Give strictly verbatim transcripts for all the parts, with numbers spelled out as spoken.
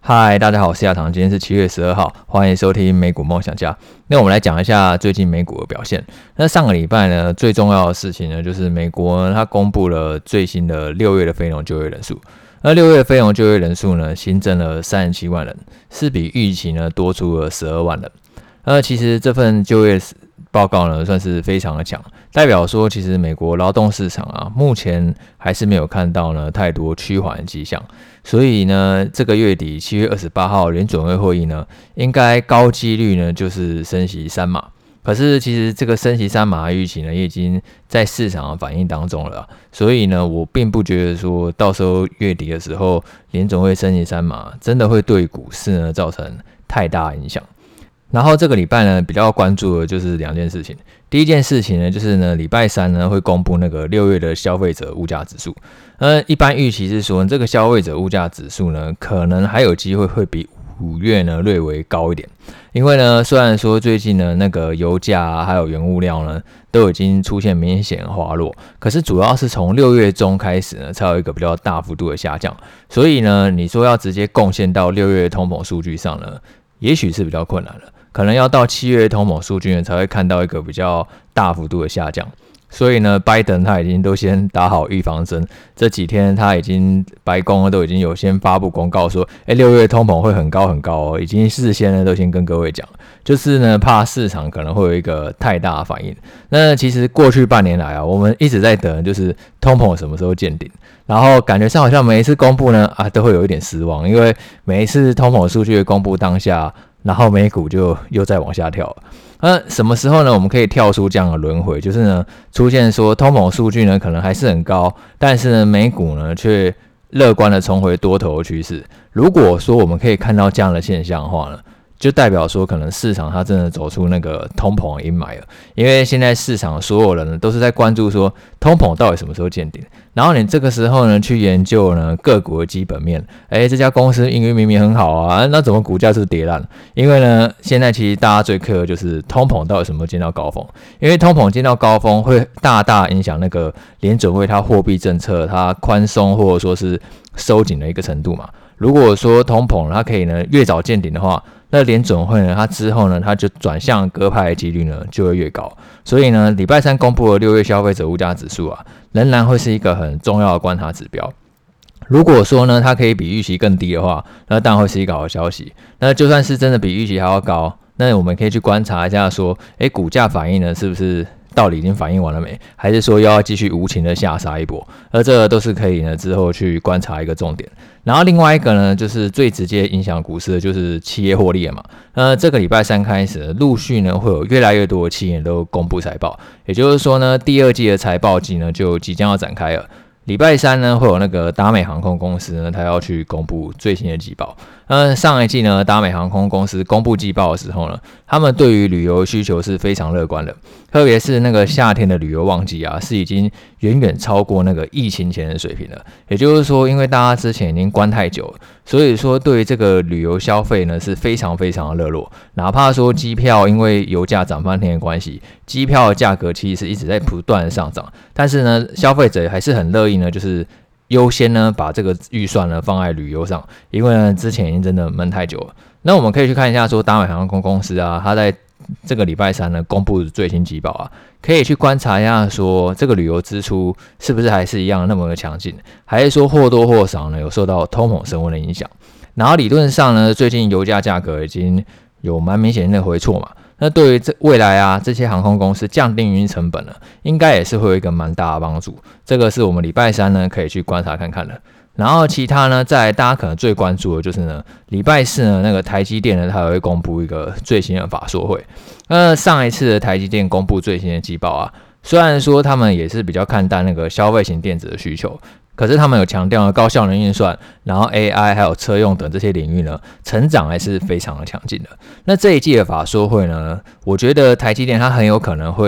嗨，大家好，我是亚堂，今天是七月十二号，欢迎收听美股梦想家。那我们来讲一下最近美股的表现。那上个礼拜呢，最重要的事情呢，就是美国呢它公布了最新的六月的非农就业人数。那六月非农就业人数呢，新增了三十七万人，是比预期呢多出了十二万人。那其实这份就业报告呢，算是非常的强，代表说其实美国劳动市场啊，目前还是没有看到呢太多趋缓的迹象，所以呢，这个月底七月二十八号联准会会议呢，应该高几率呢就是升息三码。可是其实这个升息三码的预期呢，也已经在市场的反应当中了，所以呢，我并不觉得说到时候月底的时候联准会升息三码，真的会对股市呢造成太大影响。然后这个礼拜呢，比较关注的就是两件事情。第一件事情呢，就是呢，礼拜三呢会公布那个六月的消费者物价指数。呃，一般预期是说，这个消费者物价指数呢，可能还有机会会比五月呢略微高一点。因为呢，虽然说最近呢那个油价啊，还有原物料呢，都已经出现明显滑落，可是主要是从六月中开始呢，才有一个比较大幅度的下降。所以呢，你说要直接贡献到六月通膨数据上呢，也许是比较困难了。可能要到七月通膨数据呢，才会看到一个比较大幅度的下降。所以呢，拜登他已经都先打好预防针，这几天他已经白宫都已经有先发布公告说，哎，六月通膨会很高很高哦，已经事先呢都先跟各位讲，就是呢怕市场可能会有一个太大的反应。那其实过去半年来啊，我们一直在等，就是通膨什么时候见顶，然后感觉上好像每一次公布呢啊都会有一点失望，因为每一次通膨数据的公布当下，然后美股就又再往下跳了。那什么时候呢？我们可以跳出这样的轮回，就是呢，出现说通膨数据呢可能还是很高，但是呢，美股呢却乐观的重回多头的趋势。如果说我们可以看到这样的现象的话呢，就代表说可能市场它真的走出那个通膨的阴霾了。因为现在市场所有人都是在关注说通膨到底什么时候见顶，然后你这个时候呢去研究呢个股的基本面，哎，这家公司营运明明很好啊，那怎么股价是跌烂？因为呢，现在其实大家最 care 的就是通膨到底什么时候见到高峰，因为通膨见到高峰会大大影响那个联准会它货币政策它宽松或者说是收紧的一个程度嘛。如果说通膨它可以呢越早见顶的话，那联准会呢，它之后呢，它就转向鸽派的几率呢就会越高。所以呢，礼拜三公布的六月消费者物价指数啊，仍然会是一个很重要的观察指标。如果说呢，它可以比预期更低的话，那当然会是一个好消息。那就算是真的比预期还要高，那我们可以去观察一下说，哎，股价反应呢是不是到底已经反应完了没？还是说又要继续无情的下杀一波？而这个都是可以呢之后去观察一个重点。然后另外一个呢，就是最直接影响股市的就是企业获利了嘛。呃，这个礼拜三开始，陆续呢会有越来越多的企业都公布财报，也就是说呢，第二季的财报季呢就即将要展开了。礼拜三呢，会有那个达美航空公司呢，它要去公布最新的季报。那上一季呢，达美航空公司公布季报的时候呢，他们对于旅游需求是非常乐观的，特别是那个夏天的旅游旺季啊，是已经远远超过那个疫情前的水平了。也就是说，因为大家之前已经关太久了，所以说对于这个旅游消费呢是非常非常的热络。哪怕说机票因为油价涨翻天的关系，机票的价格其实是一直在不断的上涨，但是呢，消费者还是很乐意呢，就是优先呢把这个预算呢放在旅游上，因为呢之前已经真的闷太久了。那我们可以去看一下说达美航空公司啊，它在这个礼拜三呢公布的最新季报啊，可以去观察一下说这个旅游支出是不是还是一样那么的强劲，还是说或多或少呢有受到通膨升温的影响。然后理论上呢，最近油价价格已经有蛮明显的回挫嘛。那对于这未来啊，这些航空公司降低营运成本呢，应该也是会有一个蛮大的帮助。这个是我们礼拜三呢可以去观察看看的。然后其他呢，在大家可能最关注的就是呢，礼拜四呢那个台积电呢，它会公布一个最新的法说会。那上一次的台积电公布最新的季报啊，虽然说他们也是比较看淡那个消费型电子的需求。可是他们有强调高效能运算，然后 A I 还有车用等这些领域呢，成长还是非常的强劲的。那这一季的法说会呢，我觉得台积电它很有可能会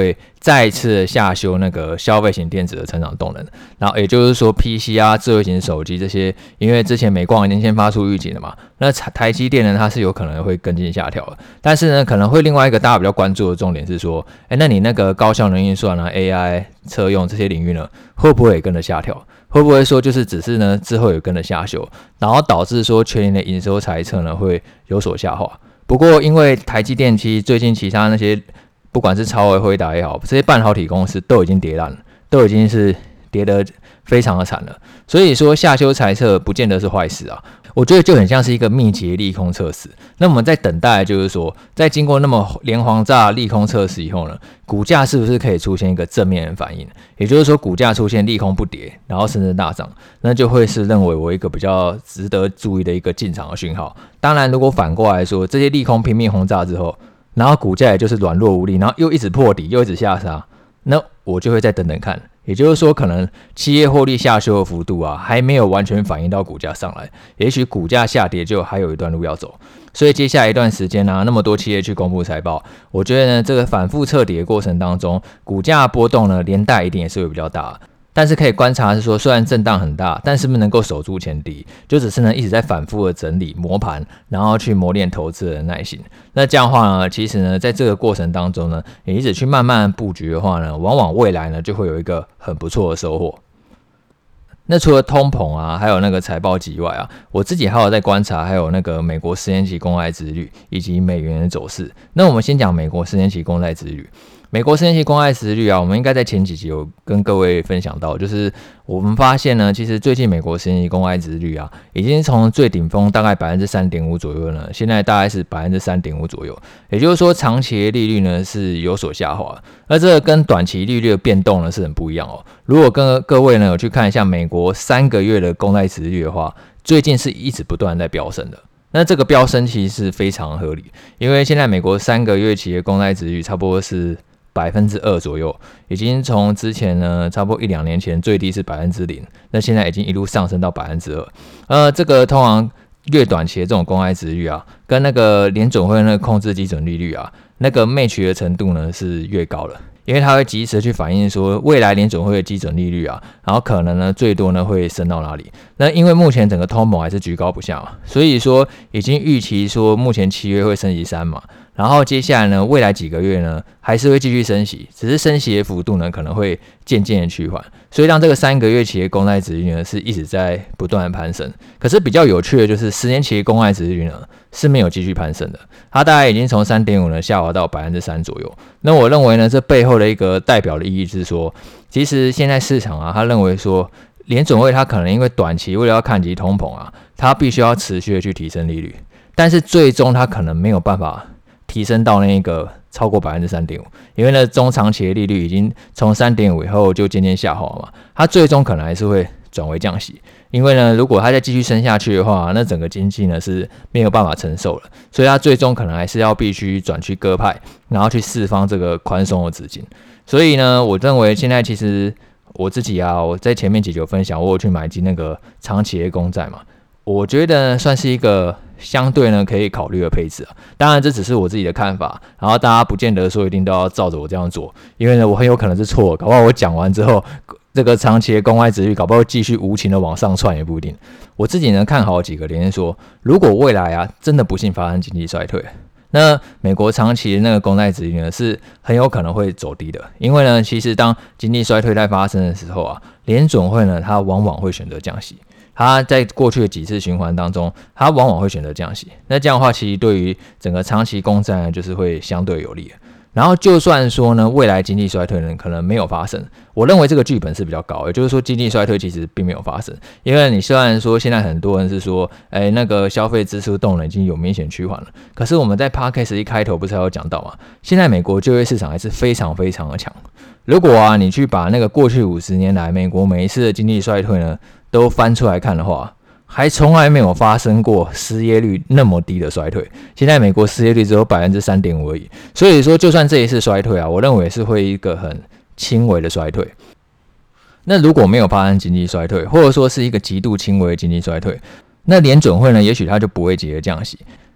再一次的下修那个消费型电子的成长动能。然后也就是说 P C 啊、智慧型手机这些，因为之前美光已经先发出预警了嘛，那台积电呢它是有可能会跟进下调的。但是呢，可能会另外一个大家比较关注的重点是说，哎，那你那个高效能运算啊、A I 车用这些领域呢，会不会也跟着下调？会不会说就是只是呢之后有跟着下修，然后导致说全年的营收财测呢会有所下滑？不过因为台积电其实最近其他那些不管是超微、辉达也好，这些半导体公司都已经跌烂了，都已经是跌得非常的惨了。所以说下修财测不见得是坏事啊。我觉得就很像是一个密集利空测试。那我们在等待，就是说，在经过那么连环炸利空测试以后呢，股价是不是可以出现一个正面反应？也就是说，股价出现利空不跌，然后甚至大涨，那就会是认为我一个比较值得注意的一个进场的讯号。当然，如果反过来说，这些利空拼命轰炸之后，然后股价也就是软弱无力，然后又一直破底，又一直下杀，那我就会再等等看。也就是说，可能企业获利下修的幅度啊，还没有完全反映到股价上来，也许股价下跌就还有一段路要走。所以接下来一段时间啊，那么多企业去公布财报，我觉得呢，这个反复彻底的过程当中，股价波动呢，连带一定也是会比较大。但是可以观察是说，虽然震荡很大，但是不是能够守住前低，就只是呢一直在反复的整理磨盘，然后去磨练投资人的耐心。那这样的话呢，其实呢在这个过程当中呢，你一直去慢慢布局的话呢，往往未来呢就会有一个很不错的收获。那除了通膨啊，还有那个财报以外啊，我自己还有在观察，还有那个美国十年期公债殖利率以及美元的走势。那我们先讲美国十年期公债殖利率。美国十年期公债殖利率啊，我们应该在前几集有跟各位分享到，就是我们发现呢，其实最近美国十年期公债殖利率啊，已经从最顶峰大概 百分之三点五 左右呢，现在大概是 百分之三点五 左右，也就是说长期的利率呢是有所下滑，而这个跟短期利率的变动呢是很不一样哦。如果跟各位呢有去看一下美国三个月的公债殖利率的话，最近是一直不断在飙升的。那这个飙升其实是非常合理，因为现在美国三个月期的公债殖利率差不多是百分之二左右，已经从之前呢，差不多一两年前最低是百分之零，那现在已经一路上升到百分之二。呃，这个通常越短期的这种公债殖利率啊，跟那个联准会那个控制基准利率啊，那个 match 的程度呢是越高了。因为它会及时的去反映说未来联准会的基准利率啊，然后可能呢最多呢会升到哪里。那因为目前整个通膨还是居高不下嘛，所以说已经预期说目前七月会升息三嘛，然后接下来呢未来几个月呢还是会继续升息，只是升息的幅度呢可能会渐渐的趋缓，所以让这个三个月期的公债殖利率呢是一直在不断的攀升。可是比较有趣的就是十年期的公债殖利率呢是没有继续攀升的，它大概已经从 三点五 呢下滑到 百分之三 左右。那我认为呢这背后的一个代表的意义是说，其实现在市场啊，他认为说联准会它可能因为短期为了要抗击通膨啊，它必须要持续的去提升利率，但是最终它可能没有办法提升到那个超过 百分之三点五， 因为呢中长期的利率已经从 三点五 以后就渐渐下滑嘛，它最终可能还是会转为降息。因为呢如果它再继续升下去的话，那整个经济呢是没有办法承受了，所以它最终可能还是要必须转去鸽派，然后去释放这个宽松的资金。所以呢我认为现在其实我自己啊，我在前面几集有分享，我有去买进那个长期的公债嘛，我觉得算是一个相对呢可以考虑的配置啊。当然这只是我自己的看法，然后大家不见得说一定都要照着我这样做，因为呢我很有可能是错，搞不好我讲完之后这个长期的公债殖利率搞不好继续无情的往上窜也不一定。我自己呢看好几个点，说如果未来啊真的不幸发生经济衰退，那美国长期的那个公债殖利率呢是很有可能会走低的。因为呢其实当经济衰退在发生的时候啊，联准会呢它往往会选择降息，它在过去的几次循环当中，它往往会选择降息。那这样的话其实对于整个长期公债呢就是会相对有利的。然后就算说呢未来经济衰退呢可能没有发生，我认为这个剧本是比较高，也就是说经济衰退其实并没有发生。因为你虽然说现在很多人是说哎，那个消费支出动能已经有明显趋缓了，可是我们在 Podcast 一开头不是还有讲到嘛，现在美国就业市场还是非常非常的强。如果啊你去把那个过去五十年来美国每一次的经济衰退呢都翻出来看的话，还从来没有发生过失业率那么低的衰退。现在美国失业率只有 百分之三点五 而已，所以说就算这一次衰退啊，我认为是会一个很轻微的衰退。那如果没有发生经济衰退，或者说是一个极度轻微的经济衰退，那联准会呢也许它就不会急着降息。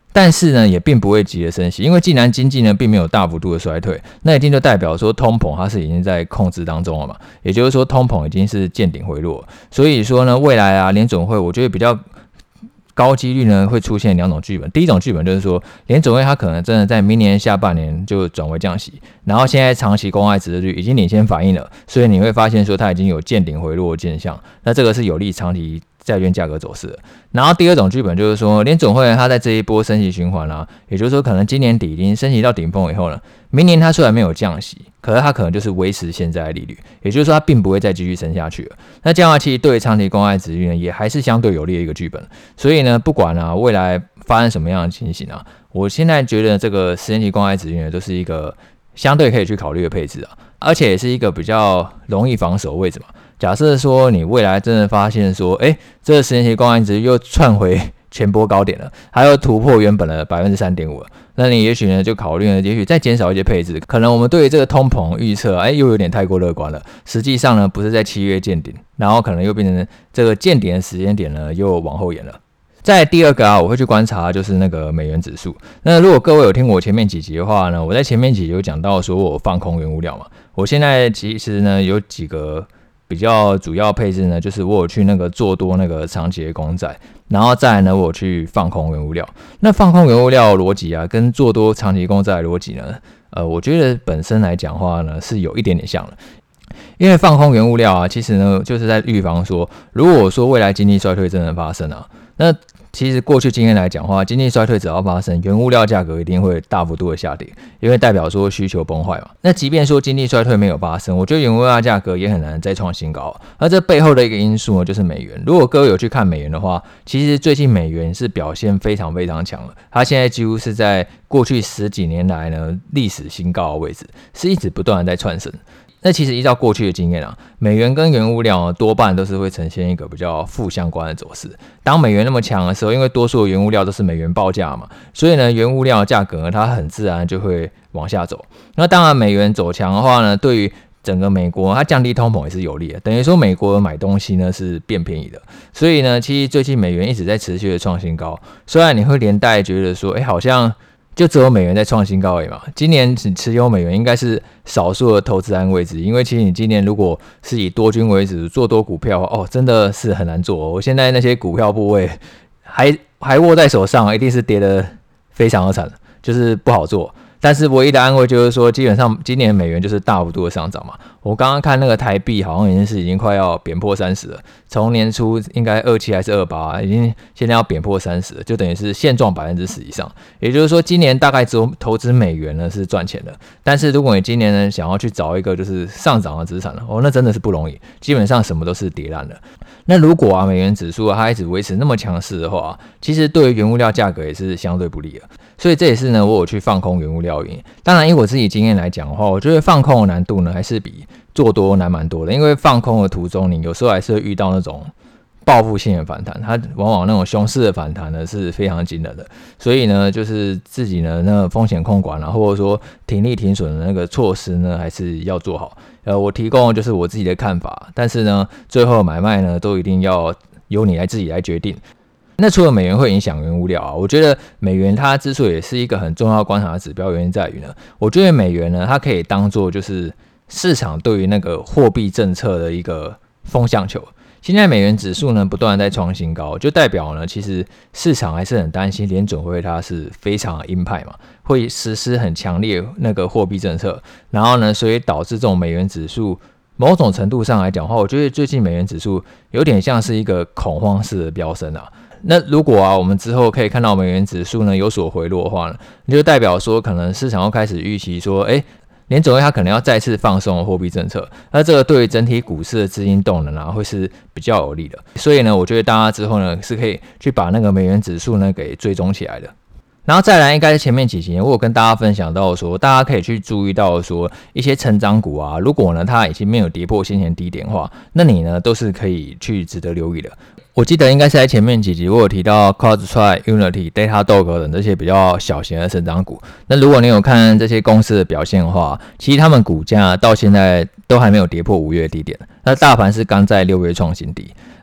但是呢，也并不会急着升息，因为既然经济呢并没有大幅度的衰退，那一定就代表说通膨它是已经在控制当中了嘛，也就是说通膨已经是见顶回落，所以说呢，未来啊联准会我觉得比较高几率呢会出现两种剧本，第一种剧本就是说联准会它可能真的在明年下半年就转为降息，然后现在长期公债殖利率已经领先反应了，所以你会发现说它已经有见顶回落的现象，那这个是有利长期债券价格走势的。然后第二种剧本就是说，联准会它在这一波升息循环啦、啊，也就是说可能今年底已经升息到顶峰以后呢，明年它虽然没有降息，可是它可能就是维持现在的利率，也就是说它并不会再继续升下去了。那这样的其实对长期公债殖利率呢也还是相对有利的一个剧本。所以呢，不管啊未来发生什么样的情形啊，我现在觉得这个十年期公债殖利率呢都是一个相对可以去考虑的配置啊，而且也是一个比较容易防守的位置嘛。假设说你未来真的发现说，哎，这个十年期公债殖利率又窜回前波高点了，还有突破原本的 百分之三点五 了，那你也许呢就考虑呢，也许再减少一些配置，可能我们对于这个通膨预测，哎，又有点太过乐观了。实际上呢，不是在七月见顶，然后可能又变成这个见顶的时间点呢又往后延了。再第二个啊，我会去观察就是那个美元指数。那如果各位有听我前面几集的话呢，我在前面几集有讲到说我放空原物料嘛，我现在其实呢有几个比较主要配置呢，就是我有去那个做多那个长期的公债，然后再来呢我有去放空原物料。那放空原物料逻辑啊，跟做多长期公债的逻辑呢，呃，我觉得本身来讲话呢是有一点点像的。因为放空原物料啊，其实呢就是在预防说，如果说未来经济衰退真的发生啊，那其实过去经验来讲的话，经济衰退只要发生，原物料价格一定会大幅度的下跌，因为代表说需求崩坏嘛。那即便说经济衰退没有发生，我觉得原物料价格也很难再创新高。而这背后的一个因素呢，就是美元。如果各位有去看美元的话，其实最近美元是表现非常非常强了，它现在几乎是在过去十几年来呢历史新高的位置，是一直不断的在窜升。那其实依照过去的经验啊，美元跟原物料多半都是会呈现一个比较负相关的走势。当美元那么强的时候，因为多数的原物料都是美元报价嘛，所以呢，原物料的价格呢，它很自然就会往下走。那当然，美元走强的话呢，对于整个美国它降低通膨也是有利的，等于说美国买东西呢是变便宜的。所以呢，其实最近美元一直在持续的创新高，虽然你会连带觉得说，哎，好像就只有美元在创新高而已嘛。今年只持有美元应该是少数的投资安位置，因为其实你今年如果是以多军为主做多股票，哦，真的是很难做哦。我现在那些股票部位还还握在手上，一定是跌得非常的惨，就是不好做。但是唯一的安慰就是说，基本上今年美元就是大幅度的上涨嘛。我刚刚看那个台币好像已经是已经快要贬破三十了，从年初应该二七还是二八，已经现在要贬破三十了，就等于是现状百分之十以上。也就是说，今年大概只有投资美元呢是赚钱的，但是如果你今年呢想要去找一个就是上涨的资产哦，那真的是不容易，基本上什么都是跌烂的。那如果啊美元指数啊它一直维持那么强势的话，其实对于原物料价格也是相对不利的。所以这也是呢我有去放空原物料原因。当然以我自己经验来讲的话，我觉得放空的难度呢还是比做多难蛮多的，因为放空的途中你有时候还是会遇到那种报复性的反弹，它往往那种熊市的反弹呢是非常惊人的。所以呢就是自己呢那个风险控管啊，或者说停利停损的那个措施呢还是要做好。呃，我提供的就是我自己的看法，但是呢最后买卖呢都一定要由你来自己来决定。那除了美元会影响原物料啊，我觉得美元它之所以是一个很重要观察的指标，原因在于呢，我觉得美元呢它可以当作就是市场对于那个货币政策的一个风向球。现在美元指数呢不断在创新高，就代表呢其实市场还是很担心联准会它是非常鹰派嘛，会实施很强烈那个货币政策，然后呢所以导致这种美元指数某种程度上来讲的话，我觉得最近美元指数有点像是一个恐慌式的飙升啊。那如果啊我们之后可以看到美元指数呢有所回落的话呢，就代表说可能市场要开始预期说，哎，联准会它可能要再次放松货币政策，那这个对于整体股市的资金动能啊会是比较有利的。所以呢我觉得大家之后呢是可以去把那个美元指数呢给追踪起来的。然后再来，应该是前面几集我有跟大家分享到说，大家可以去注意到说一些成长股啊，如果呢它已经没有跌破先前低点的话，那你呢都是可以去值得留意的。我记得应该是在前面几集我有提到 CrowdStrike、Unity、Datadog 等这些比较小型的成长股。那如果你有看这些公司的表现的话，其实他们股价到现在都还没有跌破五月低点，那大盘是刚在六月创新低。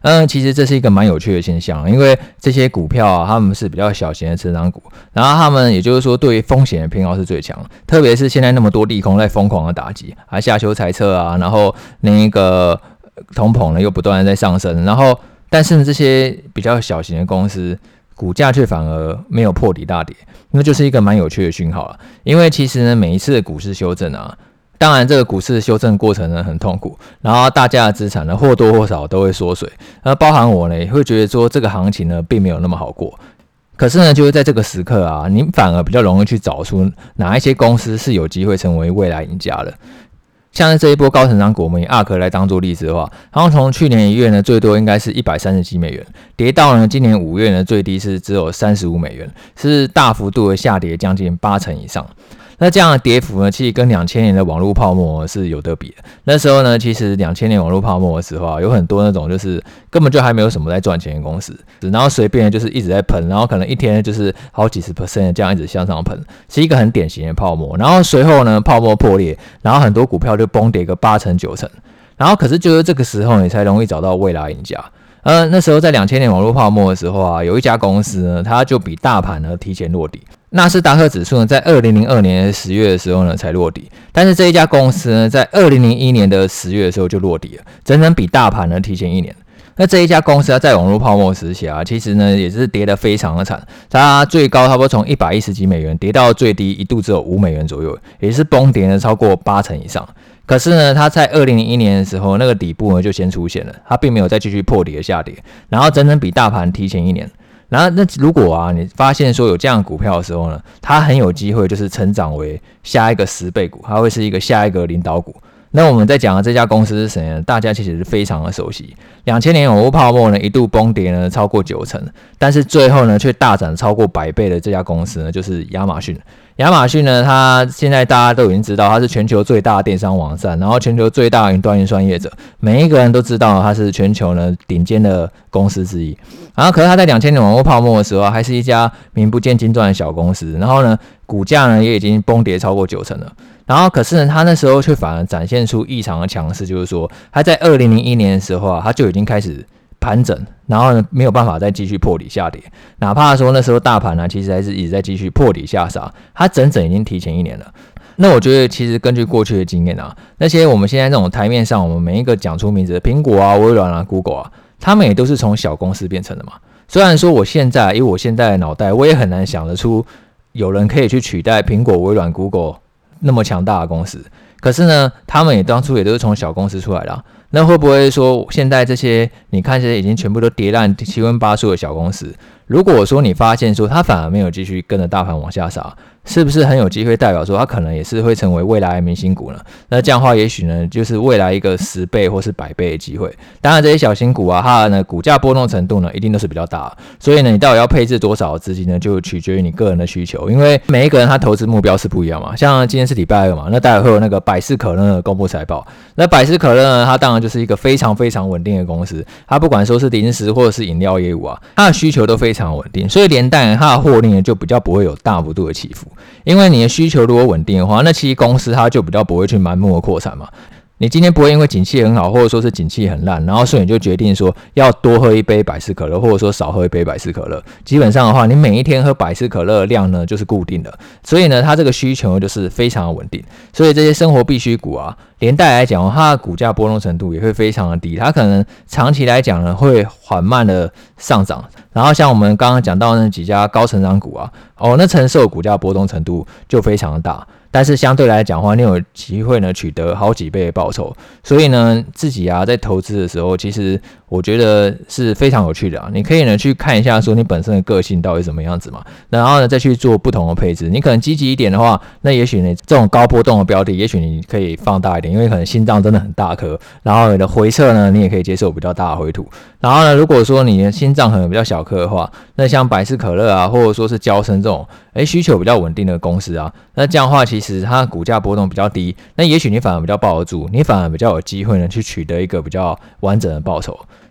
嗯，其实这是一个蛮有趣的现象，因为这些股票啊，他们是比较小型的成长股，然后他们也就是说对于风险的偏好是最强，特别是现在那么多利空在疯狂的打击，啊下修财测啊，然后那个通膨呢又不断的在上升，然后但是呢这些比较小型的公司股价却反而没有破底大跌，那就是一个蛮有趣的讯号了。因为其实呢每一次的股市修正啊，当然，这个股市的修正过程呢很痛苦，然后大家的资产呢或多或少都会缩水，而包含我呢也会觉得说这个行情呢并没有那么好过。可是呢，就是在这个时刻啊，你反而比较容易去找出哪一些公司是有机会成为未来赢家的。像是这一波高成长股，我们以 A R K 来当做例子的话，然后从去年一月呢最多应该是一百三十几美元，跌到呢今年五月呢最低是只有三十五美元，是大幅度的下跌将近八成以上。那这样的跌幅呢，其实跟两千年的网络泡沫是有得比的。那时候呢，其实两千年网络泡沫的时候啊，有很多那种就是根本就还没有什么在赚钱的公司，然后随便就是一直在喷，然后可能一天就是好几十 percent 的这样一直向上喷，是一个很典型的泡沫。然后随后呢，泡沫破裂，然后很多股票就崩跌个八成九成。然后可是就是这个时候，你才容易找到未来赢家。呃，那时候在两千年网络泡沫的时候啊，有一家公司呢，它就比大盘呢提前落底。纳斯达克指数呢，在二零零二年十月的时候呢才落底，但是这一家公司呢，在二零零一年的十月的时候就落底了，整整比大盘呢提前一年。那这一家公司啊，在网络泡沫时期啊，其实呢也是跌得非常的惨，它最高差不多从一百一十几美元跌到最低一度只有五美元左右，也是崩跌了超过八成以上。可是呢，它在二零零一年的时候，那个底部呢就先出现了，它并没有再继续破底的下跌，然后整整比大盘提前一年。然后那如果啊你发现说有这样的股票的时候呢，它很有机会就是成长为下一个十倍股，它会是一个下一个领导股。那我们在讲的这家公司是谁呢？大家其实是非常的熟悉。两千年网络泡沫呢一度崩跌呢超过九成，但是最后呢却大涨超过百倍的这家公司呢就是亚马逊。亚马逊呢，它现在大家都已经知道，它是全球最大的电商网站，然后全球最大的云端运算业者，每一个人都知道它是全球呢顶尖的公司之一。然后，可是它在两千年网络泡沫的时候，还是一家名不见经传的小公司，然后呢，股价呢也已经崩跌超过九成了。然后，可是呢，它那时候却反而展现出异常的强势，就是说，它在二零零一年的时候啊，它就已经开始盘整，然后呢没有办法再继续破底下跌，哪怕说那时候大盘呢、啊、其实还是一直在继续破底下杀，它整整已经提前一年了。那我觉得其实根据过去的经验啊，那些我们现在这种台面上我们每一个讲出名字的苹果啊、微软啊、Google 啊，他们也都是从小公司变成的嘛。虽然说我现在以我现在的脑袋，我也很难想得出有人可以去取代苹果、微软、Google 那么强大的公司，可是呢，他们也当初也都是从小公司出来的、啊。那会不会说现在这些你看这些已经全部都跌烂七荤八素的小公司，如果说你发现说它反而没有继续跟着大盘往下杀，是不是很有机会代表说它可能也是会成为未来的明星股呢？那这样的话也许呢就是未来一个十倍或是百倍的机会。当然这些小型股啊，它的呢股价波动程度呢一定都是比较大的，所以呢你到底要配置多少资金呢，就取决于你个人的需求，因为每一个人他投资目标是不一样嘛。像今天是礼拜二嘛，那待会会有那个百事可乐公布财报，那百事可乐呢它当然就是一个非常非常稳定的公司，它不管说是零食或者是饮料业务啊，它的需求都非常稳定，所以连带它的获利呢就比较不会有大幅度的起伏。因为你的需求如果稳定的话，那其实公司它就比较不会去盲目的扩产嘛。你今天不会因为景气很好，或者说是景气很烂，然后所以你就决定说要多喝一杯百事可乐，或者说少喝一杯百事可乐。基本上的话，你每一天喝百事可乐的量呢就是固定的，所以呢，它这个需求就是非常的稳定。所以这些生活必需股啊，连带来讲，它的股价波动程度也会非常的低，它可能长期来讲呢会缓慢的上涨。然后像我们刚刚讲到那几家高成长股啊，哦，那承受股价波动程度就非常的大。但是相对来讲的话，你有机会呢取得好几倍的报酬，所以呢自己啊在投资的时候，其实我觉得是非常有趣的啊。你可以呢去看一下说你本身的个性到底怎么样子嘛，然后呢再去做不同的配置。你可能积极一点的话，那也许你这种高波动的标的，也许你可以放大一点，因为可能心脏真的很大颗，然后你的回撤呢你也可以接受比较大的回吐。然后呢如果说你的心脏可能比较小颗的话，那像百事可乐啊，或者说是交生这种诶需求比较稳定的公司啊，那这样的话其实其实它股价波动比较低，那也许你反而比较抱得住，你反而比较有机会呢去取得一个比较完整的报酬。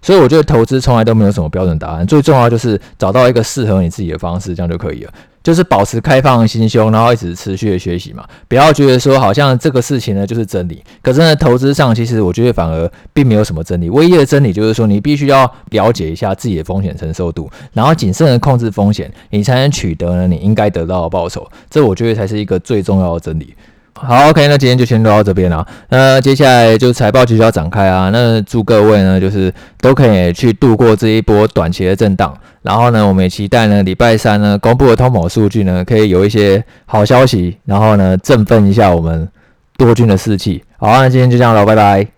所以我觉得投资从来都没有什么标准答案，最重要就是找到一个适合你自己的方式，这样就可以了。就是保持开放的心胸，然后一直持续的学习嘛，不要觉得说好像这个事情呢就是真理。可是呢，投资上其实我觉得反而并没有什么真理，唯一的真理就是说你必须要了解一下自己的风险承受度，然后谨慎的控制风险，你才能取得呢你应该得到的报酬。这我觉得才是一个最重要的真理。好 ，OK， 那今天就先录到这边了。那接下来就财报即将展开啊，那祝各位呢，就是都可以去度过这一波短期的震荡。然后呢，我们也期待呢，礼拜三呢公布的通膨数据呢，可以有一些好消息，然后呢振奋一下我们多军的士气。好，那今天就这样了，拜拜。